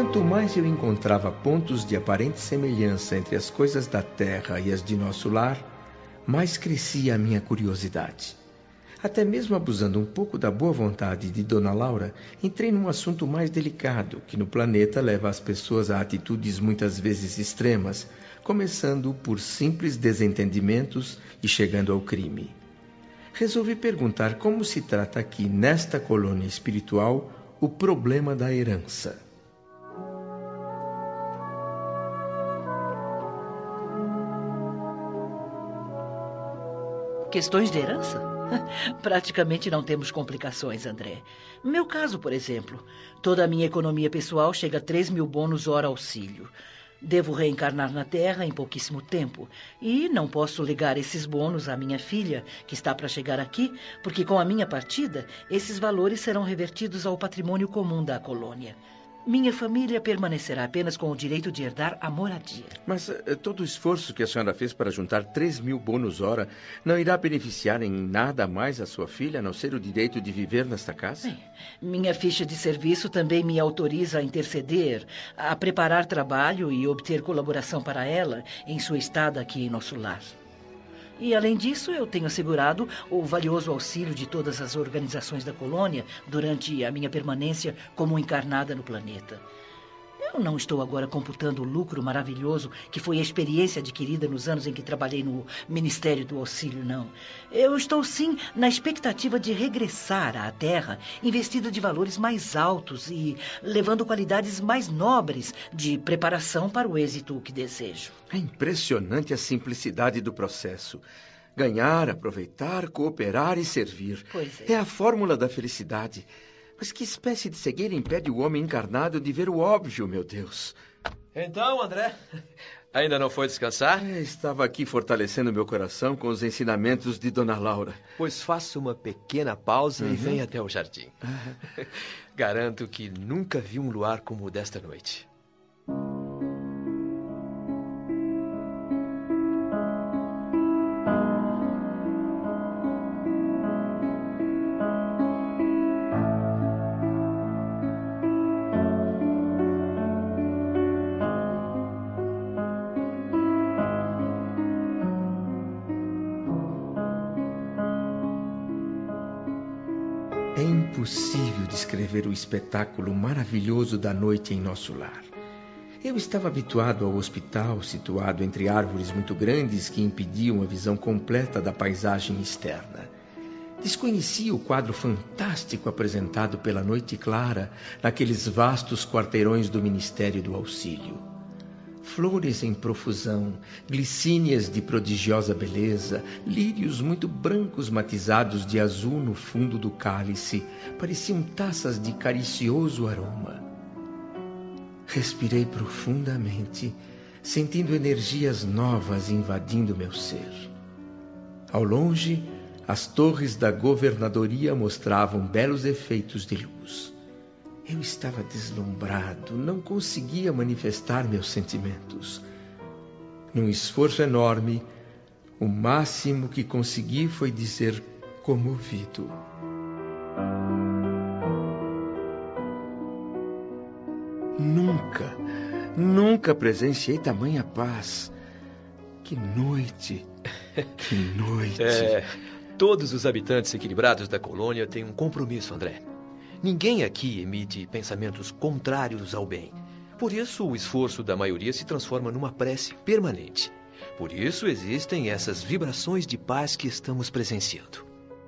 quanto mais eu encontrava pontos de aparente semelhança entre as coisas da terra e as de nosso lar, mais crescia a minha curiosidade. Até mesmo abusando um pouco da boa vontade de Dona Laura, entrei num assunto mais delicado, que no planeta leva as pessoas a atitudes muitas vezes extremas, começando por simples desentendimentos e chegando ao crime. Resolvi perguntar como se trata aqui, nesta colônia espiritual, o problema da herança. Questões de herança? Praticamente não temos complicações, André. No meu caso, por exemplo, toda a minha economia pessoal chega a 3.000 bônus hora auxílio. Devo reencarnar na Terra em pouquíssimo tempo. E não posso legar esses bônus à minha filha, que está para chegar aqui, porque com a minha partida, esses valores serão revertidos ao patrimônio comum da colônia. Minha família permanecerá apenas com o direito de herdar a moradia. Mas todo o esforço que a senhora fez para juntar 3.000 bônus hora não irá beneficiar em nada mais a sua filha, a não ser o direito de viver nesta casa? Bem, minha ficha de serviço também me autoriza a interceder, a preparar trabalho e obter colaboração para ela em sua estada aqui em nosso lar. E, além disso, eu tenho assegurado o valioso auxílio de todas as organizações da colônia durante a minha permanência como encarnada no planeta. Eu não estou agora computando o lucro maravilhoso que foi a experiência adquirida nos anos em que trabalhei no Ministério do Auxílio, não. Eu estou, sim, na expectativa de regressar à Terra, investida de valores mais altos e levando qualidades mais nobres de preparação para o êxito que desejo. É impressionante a simplicidade do processo. Ganhar, aproveitar, cooperar e servir. Pois é. É a fórmula da felicidade. Mas que espécie de cegueira impede o homem encarnado de ver o óbvio, meu Deus? Então, André, ainda não foi descansar? Estava aqui fortalecendo meu coração com os ensinamentos de Dona Laura. Pois faça uma pequena pausa e venha até o jardim. Garanto que nunca vi um luar como o desta noite. É impossível descrever o espetáculo maravilhoso da noite em nosso lar. Eu estava habituado ao hospital, situado entre árvores muito grandes que impediam a visão completa da paisagem externa. Desconhecia o quadro fantástico apresentado pela noite clara naqueles vastos quarteirões do Ministério do Auxílio. Flores em profusão, glicínias de prodigiosa beleza, lírios muito brancos matizados de azul no fundo do cálice, pareciam taças de caricioso aroma. Respirei profundamente, sentindo energias novas invadindo meu ser. Ao longe, as torres da governadoria mostravam belos efeitos de luz. Eu estava deslumbrado, não conseguia manifestar meus sentimentos. Num esforço enorme, o máximo que consegui foi dizer comovido: Nunca presenciei tamanha paz. Que noite! Que noite! Todos os habitantes equilibrados da colônia têm um compromisso, André. Ninguém aqui emite pensamentos contrários ao bem. Por isso, o esforço da maioria se transforma numa prece permanente. Por isso, existem essas vibrações de paz que estamos presenciando.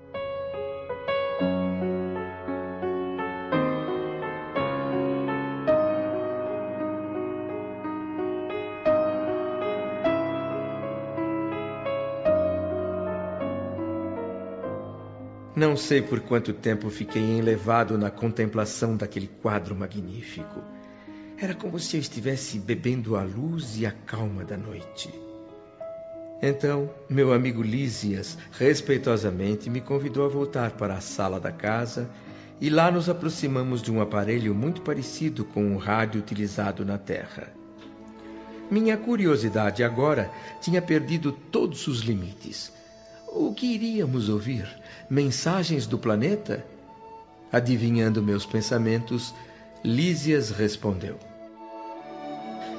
Não sei por quanto tempo fiquei enlevado na contemplação daquele quadro magnífico. Era como se eu estivesse bebendo a luz e a calma da noite. Então, meu amigo Lísias, respeitosamente, me convidou a voltar para a sala da casa e lá nos aproximamos de um aparelho muito parecido com o rádio utilizado na Terra. Minha curiosidade agora tinha perdido todos os limites. O que iríamos ouvir? Mensagens do planeta? Adivinhando meus pensamentos, Lísias respondeu: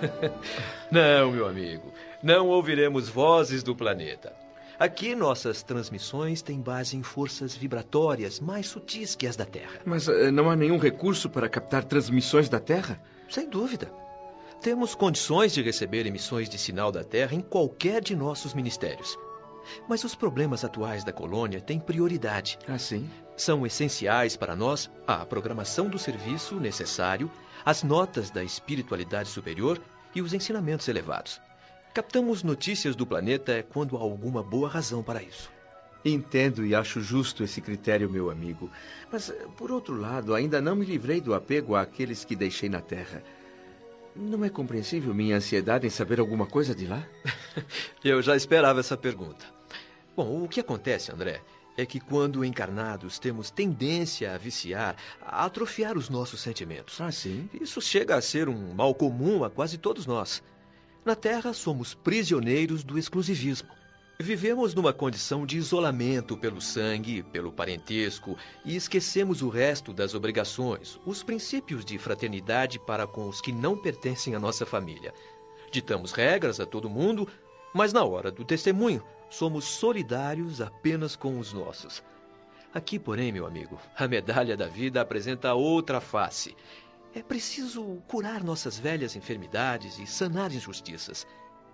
Não, meu amigo. Não ouviremos vozes do planeta. Aqui nossas transmissões têm base em forças vibratórias mais sutis que as da Terra. Mas não há nenhum recurso para captar transmissões da Terra? Sem dúvida. Temos condições de receber emissões de sinal da Terra em qualquer de nossos ministérios. Mas os problemas atuais da colônia têm prioridade. Ah, sim? São essenciais para nós a programação do serviço necessário, as notas da espiritualidade superior e os ensinamentos elevados. Captamos notícias do planeta quando há alguma boa razão para isso. Entendo e acho justo esse critério, meu amigo. Mas, por outro lado, ainda não me livrei do apego àqueles que deixei na Terra. Não é compreensível minha ansiedade em saber alguma coisa de lá? Eu já esperava essa pergunta. Bom, o que acontece, André, é que quando encarnados temos tendência a viciar, a atrofiar os nossos sentimentos. Ah, sim? Isso chega a ser um mal comum a quase todos nós. Na Terra, somos prisioneiros do exclusivismo. Vivemos numa condição de isolamento pelo sangue, pelo parentesco, e esquecemos o resto das obrigações, os princípios de fraternidade para com os que não pertencem à nossa família. Ditamos regras a todo mundo, mas na hora do testemunho, somos solidários apenas com os nossos. Aqui, porém, meu amigo, a medalha da vida apresenta outra face. É preciso curar nossas velhas enfermidades e sanar injustiças.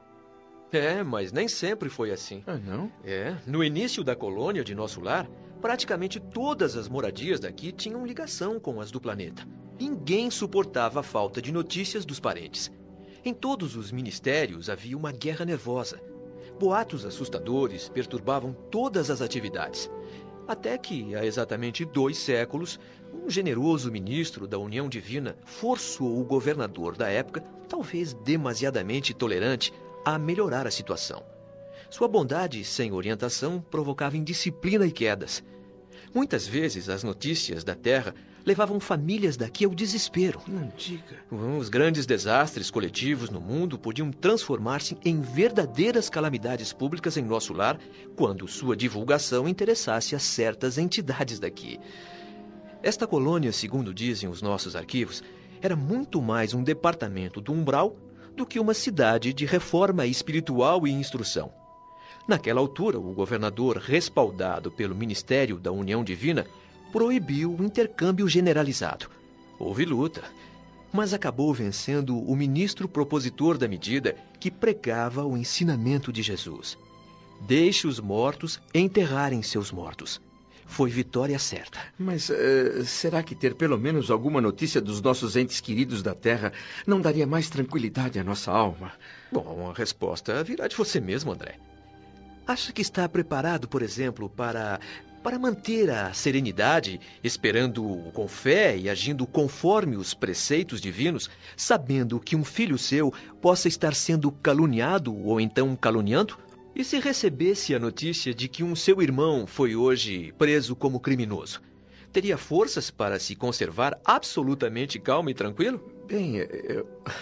Mas nem sempre foi assim. Ah, não? No início da colônia de nosso lar, praticamente todas as moradias daqui tinham ligação com as do planeta. Ninguém suportava a falta de notícias dos parentes. Em todos os ministérios havia uma guerra nervosa. Boatos assustadores perturbavam todas as atividades. Até que, há exatamente 2 séculos, um generoso ministro da União Divina forçou o governador da época, talvez demasiadamente tolerante, a melhorar a situação. Sua bondade sem orientação provocava indisciplina e quedas. Muitas vezes as notícias da Terra levavam famílias daqui ao desespero. Não diga. Os grandes desastres coletivos no mundo podiam transformar-se em verdadeiras calamidades públicas em nosso lar quando sua divulgação interessasse a certas entidades daqui. Esta colônia, segundo dizem os nossos arquivos, era muito mais um departamento do umbral do que uma cidade de reforma espiritual e instrução. Naquela altura, o governador, respaldado pelo Ministério da União Divina, proibiu o intercâmbio generalizado. Houve luta, mas acabou vencendo o ministro propositor da medida que pregava o ensinamento de Jesus. Deixe os mortos enterrarem seus mortos. Foi vitória certa. Mas será que ter pelo menos alguma notícia dos nossos entes queridos da Terra não daria mais tranquilidade à nossa alma? Bom, a resposta virá de você mesmo, André. Acha que está preparado, por exemplo, para manter a serenidade, esperando com fé e agindo conforme os preceitos divinos, sabendo que um filho seu possa estar sendo caluniado ou então caluniando? E se recebesse a notícia de que um seu irmão foi hoje preso como criminoso? Teria forças para se conservar absolutamente calmo e tranquilo? Bem, eu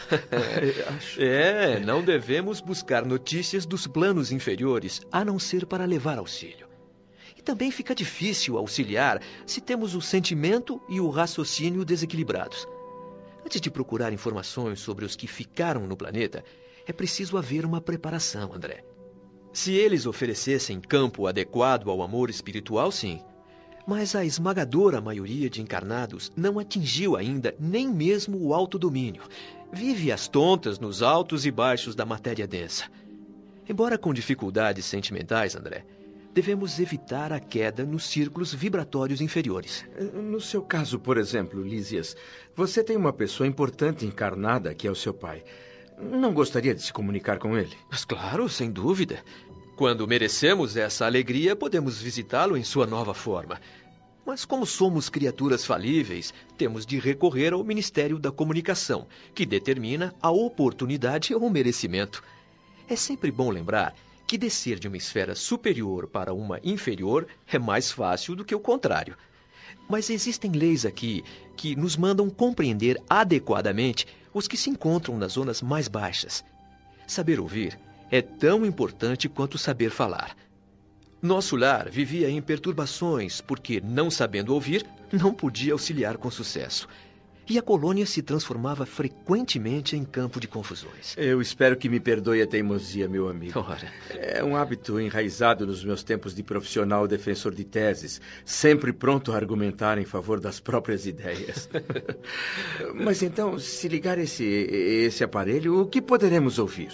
acho... Não devemos buscar notícias dos planos inferiores, a não ser para levar auxílio. E também fica difícil auxiliar se temos o sentimento e o raciocínio desequilibrados. Antes de procurar informações sobre os que ficaram no planeta, é preciso haver uma preparação, André. Se eles oferecessem campo adequado ao amor espiritual, sim. Mas a esmagadora maioria de encarnados não atingiu ainda nem mesmo o autodomínio. Vive às tontas nos altos e baixos da matéria densa. Embora com dificuldades sentimentais, André, devemos evitar a queda nos círculos vibratórios inferiores. No seu caso, por exemplo, Lísias, você tem uma pessoa importante encarnada que é o seu pai. Não gostaria de se comunicar com ele? Mas claro, sem dúvida. Quando merecemos essa alegria, podemos visitá-lo em sua nova forma. Mas como somos criaturas falíveis, temos de recorrer ao Ministério da Comunicação, que determina a oportunidade ou o merecimento. É sempre bom lembrar que descer de uma esfera superior para uma inferior é mais fácil do que o contrário. Mas existem leis aqui que nos mandam compreender adequadamente os que se encontram nas zonas mais baixas. Saber ouvir é tão importante quanto saber falar. Nosso lar vivia em perturbações porque, não sabendo ouvir, não podia auxiliar com sucesso. e a colônia se transformava frequentemente em campo de confusões. Eu espero que me perdoe a teimosia, meu amigo. Ora. É um hábito enraizado nos meus tempos de profissional defensor de teses, sempre pronto a argumentar em favor das próprias ideias. Mas então, se ligar esse aparelho, o que poderemos ouvir?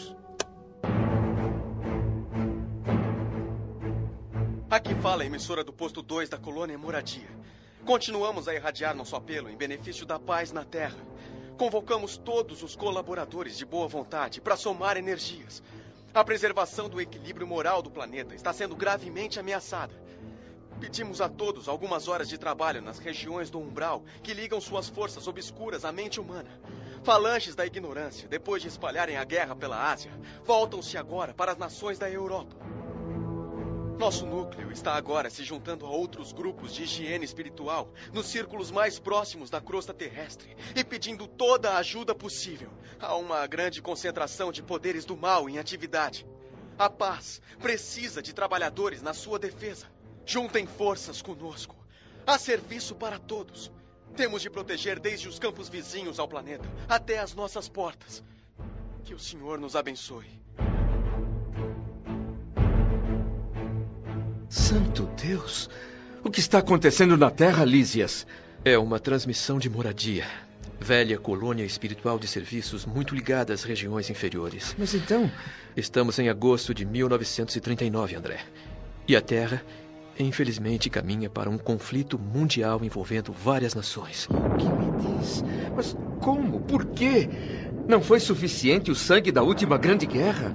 Aqui fala a emissora do posto 2 da colônia Moradia. Continuamos a irradiar nosso apelo em benefício da paz na Terra. Convocamos todos os colaboradores de boa vontade para somar energias. A preservação do equilíbrio moral do planeta está sendo gravemente ameaçada. Pedimos a todos algumas horas de trabalho nas regiões do umbral que ligam suas forças obscuras à mente humana. Falanges da ignorância, depois de espalharem a guerra pela Ásia, voltam-se agora para as nações da Europa. Nosso núcleo está agora se juntando a outros grupos de higiene espiritual nos círculos mais próximos da crosta terrestre e pedindo toda a ajuda possível. Há uma grande concentração de poderes do mal em atividade. A paz precisa de trabalhadores na sua defesa. Juntem forças conosco. Há serviço para todos. Temos de proteger desde os campos vizinhos ao planeta até as nossas portas. Que o Senhor nos abençoe. Santo Deus! O que está acontecendo na Terra, Lísias? É uma transmissão de Moradia. Velha colônia espiritual de serviços muito ligada às regiões inferiores. Mas então... Estamos em agosto de 1939, André. E a Terra, infelizmente, caminha para um conflito mundial envolvendo várias nações. O que me diz? Mas como? Por quê? Não foi suficiente o sangue da última grande guerra?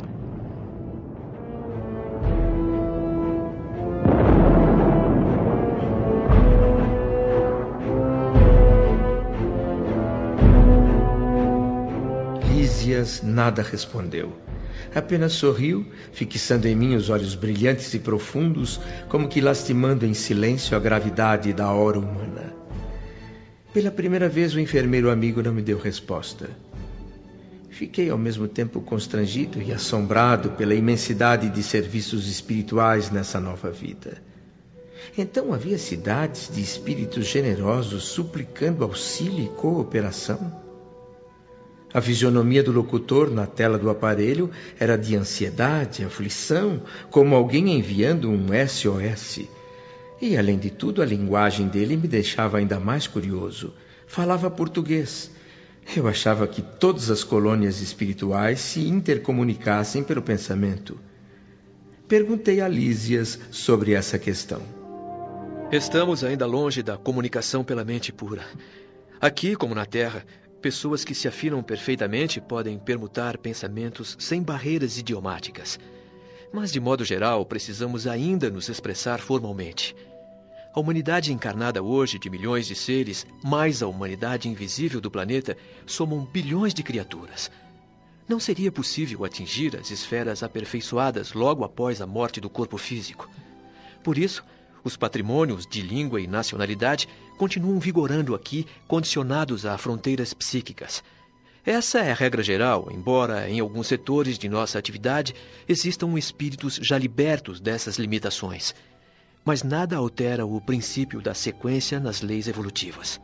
Lísias nada respondeu. Apenas sorriu, fixando em mim os olhos brilhantes e profundos, como que lastimando em silêncio a gravidade da hora humana. Pela primeira vez, o enfermeiro amigo não me deu resposta. Fiquei ao mesmo tempo constrangido e assombrado pela imensidade de serviços espirituais nessa nova vida. Então havia cidades de espíritos generosos suplicando auxílio e cooperação? A fisionomia do locutor na tela do aparelho era de ansiedade, aflição, como alguém enviando um SOS. E, além de tudo, a linguagem dele me deixava ainda mais curioso. Falava português. Eu achava que todas as colônias espirituais se intercomunicassem pelo pensamento. Perguntei a Lísias sobre essa questão. Estamos ainda longe da comunicação pela mente pura. Aqui, como na Terra, pessoas que se afinam perfeitamente podem permutar pensamentos sem barreiras idiomáticas. Mas, de modo geral, precisamos ainda nos expressar formalmente. A humanidade encarnada hoje de milhões de seres, mais a humanidade invisível do planeta, somam bilhões de criaturas. Não seria possível atingir as esferas aperfeiçoadas logo após a morte do corpo físico. Por isso, os patrimônios de língua e nacionalidade continuam vigorando aqui, condicionados a fronteiras psíquicas. Essa é a regra geral, embora em alguns setores de nossa atividade existam espíritos já libertos dessas limitações. Mas nada altera o princípio da sequência nas leis evolutivas.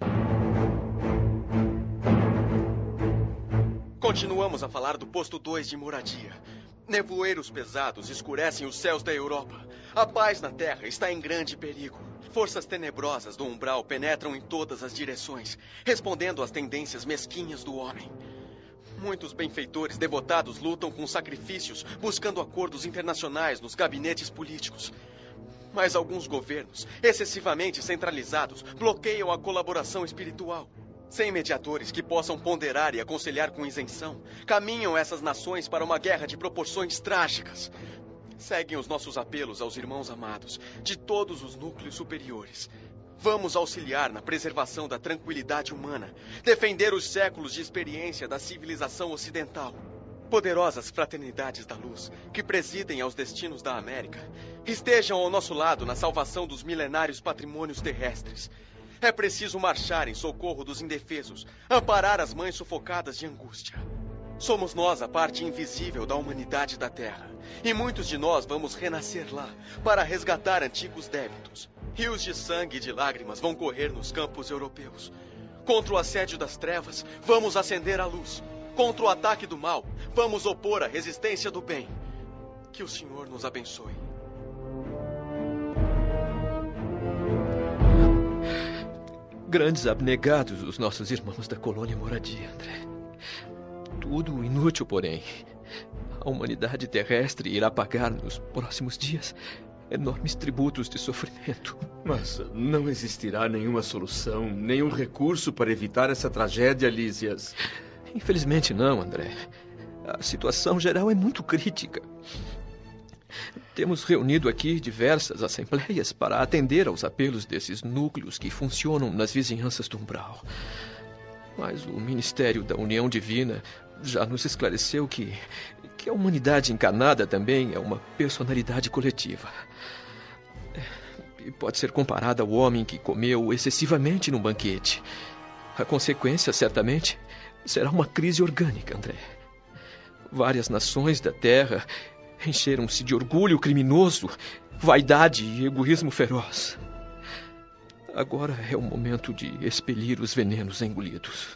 Continuamos a falar do posto 2 de Moradia. Nevoeiros pesados escurecem os céus da Europa. A paz na Terra está em grande perigo. Forças tenebrosas do umbral penetram em todas as direções, respondendo às tendências mesquinhas do homem. Muitos benfeitores devotados lutam com sacrifícios, buscando acordos internacionais nos gabinetes políticos. Mas alguns governos, excessivamente centralizados, bloqueiam a colaboração espiritual. Sem mediadores que possam ponderar e aconselhar com isenção, caminham essas nações para uma guerra de proporções trágicas. Seguem os nossos apelos aos irmãos amados, de todos os núcleos superiores. Vamos auxiliar na preservação da tranquilidade humana, defender os séculos de experiência da civilização ocidental. Poderosas fraternidades da luz, que presidem aos destinos da América, estejam ao nosso lado na salvação dos milenários patrimônios terrestres. É preciso marchar em socorro dos indefesos, amparar as mães sufocadas de angústia. Somos nós a parte invisível da humanidade da Terra, e muitos de nós vamos renascer lá, para resgatar antigos débitos. Rios de sangue e de lágrimas vão correr nos campos europeus. Contra o assédio das trevas, vamos acender a luz. Contra o ataque do mal, vamos opor a resistência do bem. Que o Senhor nos abençoe. Grandes abnegados os nossos irmãos da colônia Moradia, André. Tudo inútil, porém. A humanidade terrestre irá pagar nos próximos dias enormes tributos de sofrimento. Mas não existirá nenhuma solução, nenhum recurso para evitar essa tragédia, Lísias? Infelizmente não, André. A situação geral é muito crítica. Temos reunido aqui diversas assembleias para atender aos apelos desses núcleos que funcionam nas vizinhanças do Umbral. Mas o Ministério da União Divina já nos esclareceu que a humanidade encarnada também é uma personalidade coletiva. E pode ser comparada ao homem que comeu excessivamente num banquete. A consequência, certamente, será uma crise orgânica, André. Várias nações da Terra encheram-se de orgulho criminoso, vaidade e egoísmo feroz. Agora é o momento de expelir os venenos engolidos.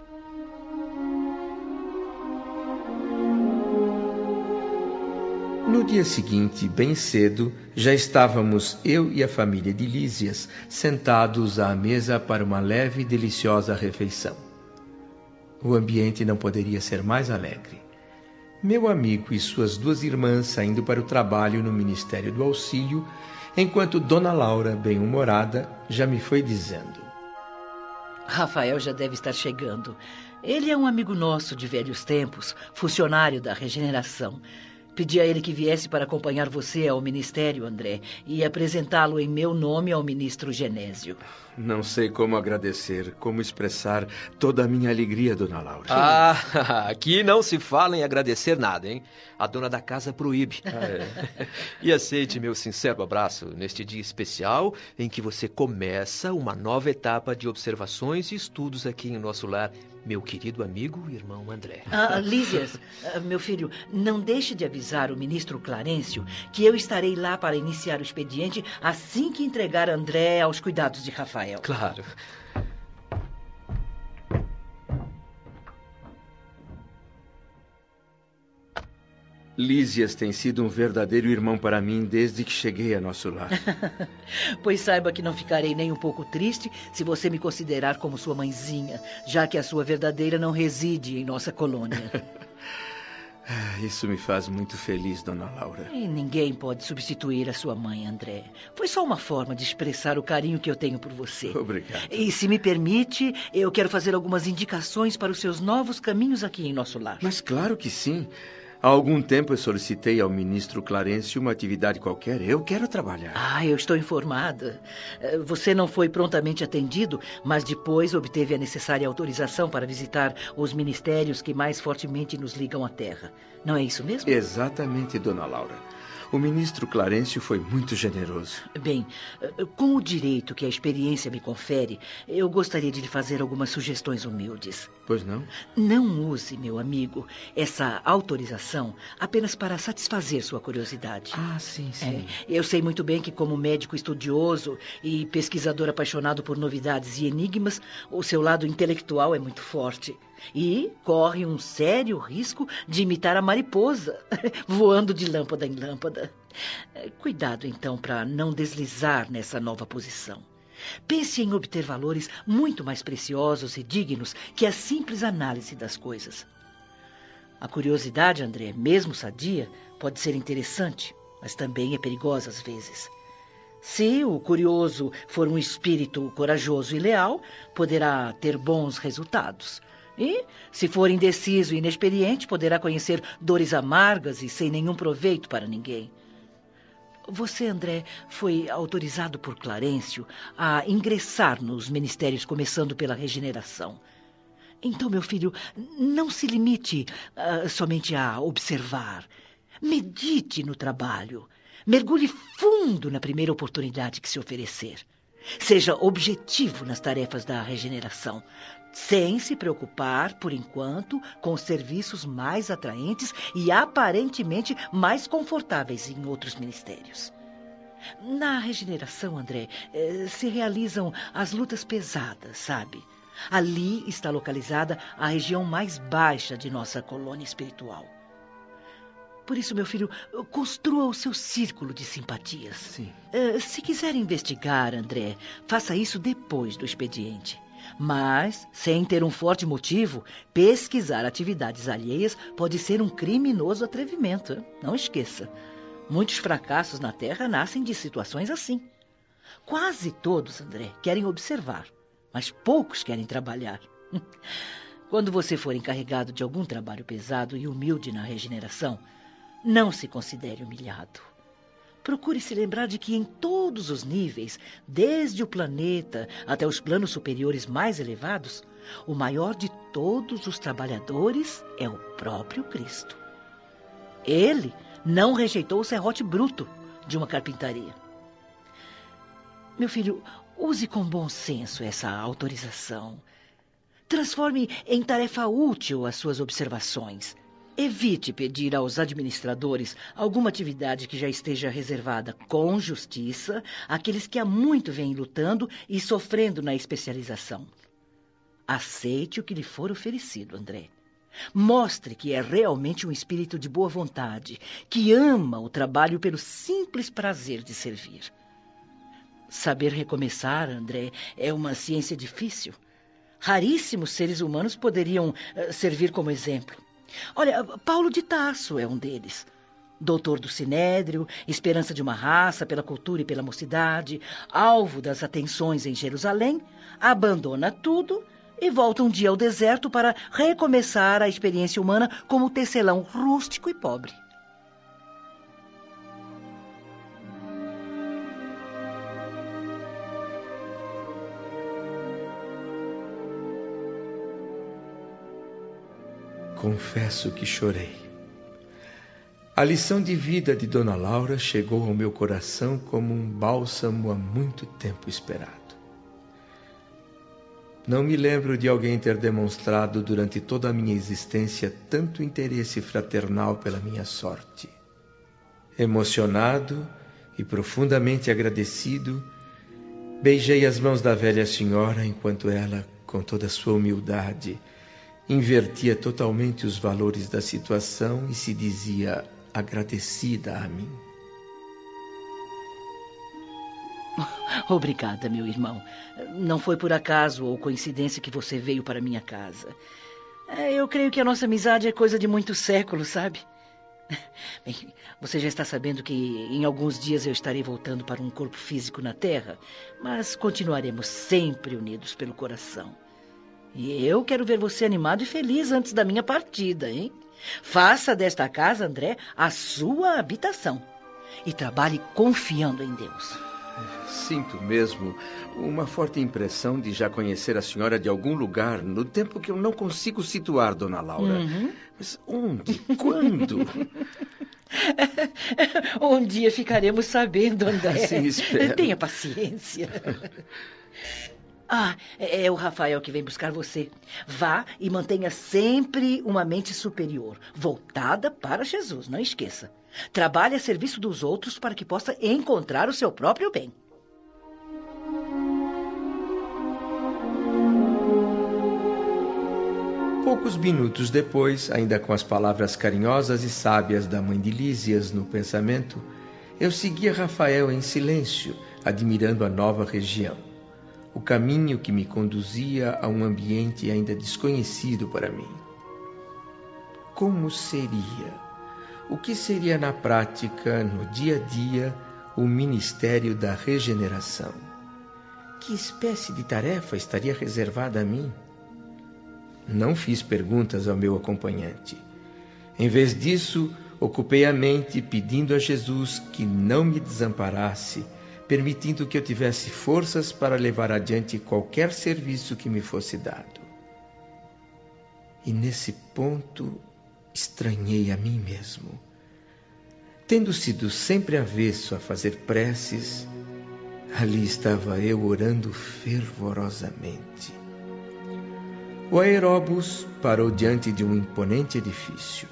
No dia seguinte, bem cedo, já estávamos eu e a família de Lísias sentados à mesa para uma leve e deliciosa refeição. O ambiente não poderia ser mais alegre. Meu amigo e suas duas irmãs saindo para o trabalho no Ministério do Auxílio, enquanto Dona Laura, bem-humorada, já me foi dizendo: Rafael já deve estar chegando. Ele é um amigo nosso de velhos tempos, funcionário da Regeneração. Pedi a ele que viesse para acompanhar você ao ministério, André, e apresentá-lo em meu nome ao ministro Genésio. Não sei como agradecer, como expressar toda a minha alegria, Dona Laura. Ah, aqui não se fala em agradecer nada, hein? A dona da casa proíbe. E aceite meu sincero abraço neste dia especial em que você começa uma nova etapa de observações e estudos aqui em nosso lar, meu querido amigo e irmão André. Lísias, meu filho, não deixe de avisar o ministro Clarencio que eu estarei lá para iniciar o expediente assim que entregar André aos cuidados de Rafael. Claro. Lísias tem sido um verdadeiro irmão para mim desde que cheguei a nosso lar. Pois saiba que não ficarei nem um pouco triste se você me considerar como sua mãezinha, já que a sua verdadeira não reside em nossa colônia. Isso me faz muito feliz, Dona Laura. E ninguém pode substituir a sua mãe, André. Foi só uma forma de expressar o carinho que eu tenho por você. Obrigado. E se me permite, eu quero fazer algumas indicações para os seus novos caminhos aqui em nosso lar. Mas claro que sim. Há algum tempo eu solicitei ao ministro Clarencio uma atividade qualquer. Eu quero trabalhar. Eu estou informada. Você não foi prontamente atendido, mas depois obteve a necessária autorização para visitar os ministérios que mais fortemente nos ligam à terra. Não é isso mesmo? Exatamente, Dona Laura. O ministro Clarencio foi muito generoso. Bem, com o direito que a experiência me confere, eu gostaria de lhe fazer algumas sugestões humildes. Pois não? Não use, meu amigo, essa autorização apenas para satisfazer sua curiosidade. Sim. Eu sei muito bem que, como médico estudioso e pesquisador apaixonado por novidades e enigmas, o seu lado intelectual é muito forte. E corre um sério risco de imitar a mariposa, voando de lâmpada em lâmpada. Cuidado, então, para não deslizar nessa nova posição. Pense em obter valores muito mais preciosos e dignos que a simples análise das coisas. A curiosidade, André, mesmo sadia, pode ser interessante, mas também é perigosa às vezes. Se o curioso for um espírito corajoso e leal, poderá ter bons resultados. E, se for indeciso e inexperiente, poderá conhecer dores amargas e sem nenhum proveito para ninguém. Você, André, foi autorizado por Clarencio a ingressar nos ministérios, começando pela Regeneração. Então, meu filho, não se limite somente a observar. Medite no trabalho. Mergulhe fundo na primeira oportunidade que se oferecer. Seja objetivo nas tarefas da regeneração, sem se preocupar, por enquanto, com os serviços mais atraentes e aparentemente mais confortáveis em outros ministérios. Na regeneração, André, se realizam as lutas pesadas, sabe? Ali está localizada a região mais baixa de nossa colônia espiritual. Por isso, meu filho, construa o seu círculo de simpatias. Sim. Se quiser investigar, André, faça isso depois do expediente. Mas, sem ter um forte motivo, pesquisar atividades alheias pode ser um criminoso atrevimento. Não esqueça. Muitos fracassos na Terra nascem de situações assim. Quase todos, André, querem observar, mas poucos querem trabalhar. Quando você for encarregado de algum trabalho pesado e humilde na regeneração, não se considere humilhado. Procure se lembrar de que em todos os níveis, desde o planeta até os planos superiores mais elevados, o maior de todos os trabalhadores é o próprio Cristo. Ele não rejeitou o serrote bruto de uma carpintaria. Meu filho, use com bom senso essa autorização. Transforme em tarefa útil as suas observações. Evite pedir aos administradores alguma atividade que já esteja reservada com justiça àqueles que há muito vêm lutando e sofrendo na especialização. Aceite o que lhe for oferecido, André. Mostre que é realmente um espírito de boa vontade, que ama o trabalho pelo simples prazer de servir. Saber recomeçar, André, é uma ciência difícil. Raríssimos seres humanos poderiam servir como exemplo. Olha, Paulo de Tarso é um deles. Doutor do Sinédrio, esperança de uma raça pela cultura e pela mocidade, alvo das atenções em Jerusalém, abandona tudo e volta um dia ao deserto para recomeçar a experiência humana como tecelão rústico e pobre. Confesso que chorei. A lição de vida de Dona Laura chegou ao meu coração como um bálsamo há muito tempo esperado. Não me lembro de alguém ter demonstrado durante toda a minha existência tanto interesse fraternal pela minha sorte. Emocionado e profundamente agradecido, beijei as mãos da velha senhora enquanto ela, com toda a sua humildade, invertia totalmente os valores da situação e se dizia agradecida a mim. Obrigada, meu irmão. Não foi por acaso ou coincidência que você veio para minha casa. Eu creio que a nossa amizade é coisa de muitos séculos, sabe? Bem, você já está sabendo que em alguns dias eu estarei voltando para um corpo físico na Terra, mas continuaremos sempre unidos pelo coração. E eu quero ver você animado e feliz antes da minha partida, hein? Faça desta casa, André, a sua habitação. E trabalhe confiando em Deus. Sinto mesmo uma forte impressão de já conhecer a senhora de algum lugar, no tempo que eu não consigo situar, Dona Laura. Mas onde? Quando? Um dia ficaremos sabendo, André. Assim espero. Tenha paciência. É o Rafael que vem buscar você. Vá e mantenha sempre uma mente superior, voltada para Jesus, não esqueça. Trabalhe a serviço dos outros para que possa encontrar o seu próprio bem. Poucos minutos depois, ainda com as palavras carinhosas e sábias da mãe de Lísias no pensamento, eu seguia Rafael em silêncio, admirando a nova região. O caminho que me conduzia a um ambiente ainda desconhecido para mim. Como seria? O que seria na prática, no dia a dia, o ministério da regeneração? Que espécie de tarefa estaria reservada a mim? Não fiz perguntas ao meu acompanhante. Em vez disso, ocupei a mente pedindo a Jesus que não me desamparasse, permitindo que eu tivesse forças para levar adiante qualquer serviço que me fosse dado. E nesse ponto, estranhei a mim mesmo. Tendo sido sempre avesso a fazer preces, ali estava eu orando fervorosamente. O aeróbus parou diante de um imponente edifício.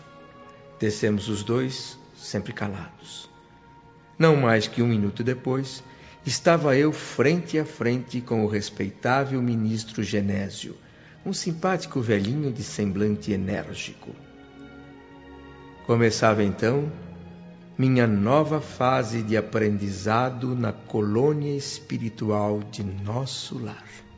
Descemos os dois, sempre calados. Não mais que um minuto depois, estava eu frente a frente com o respeitável ministro Genésio, um simpático velhinho de semblante enérgico. Começava então minha nova fase de aprendizado na colônia espiritual de nosso lar.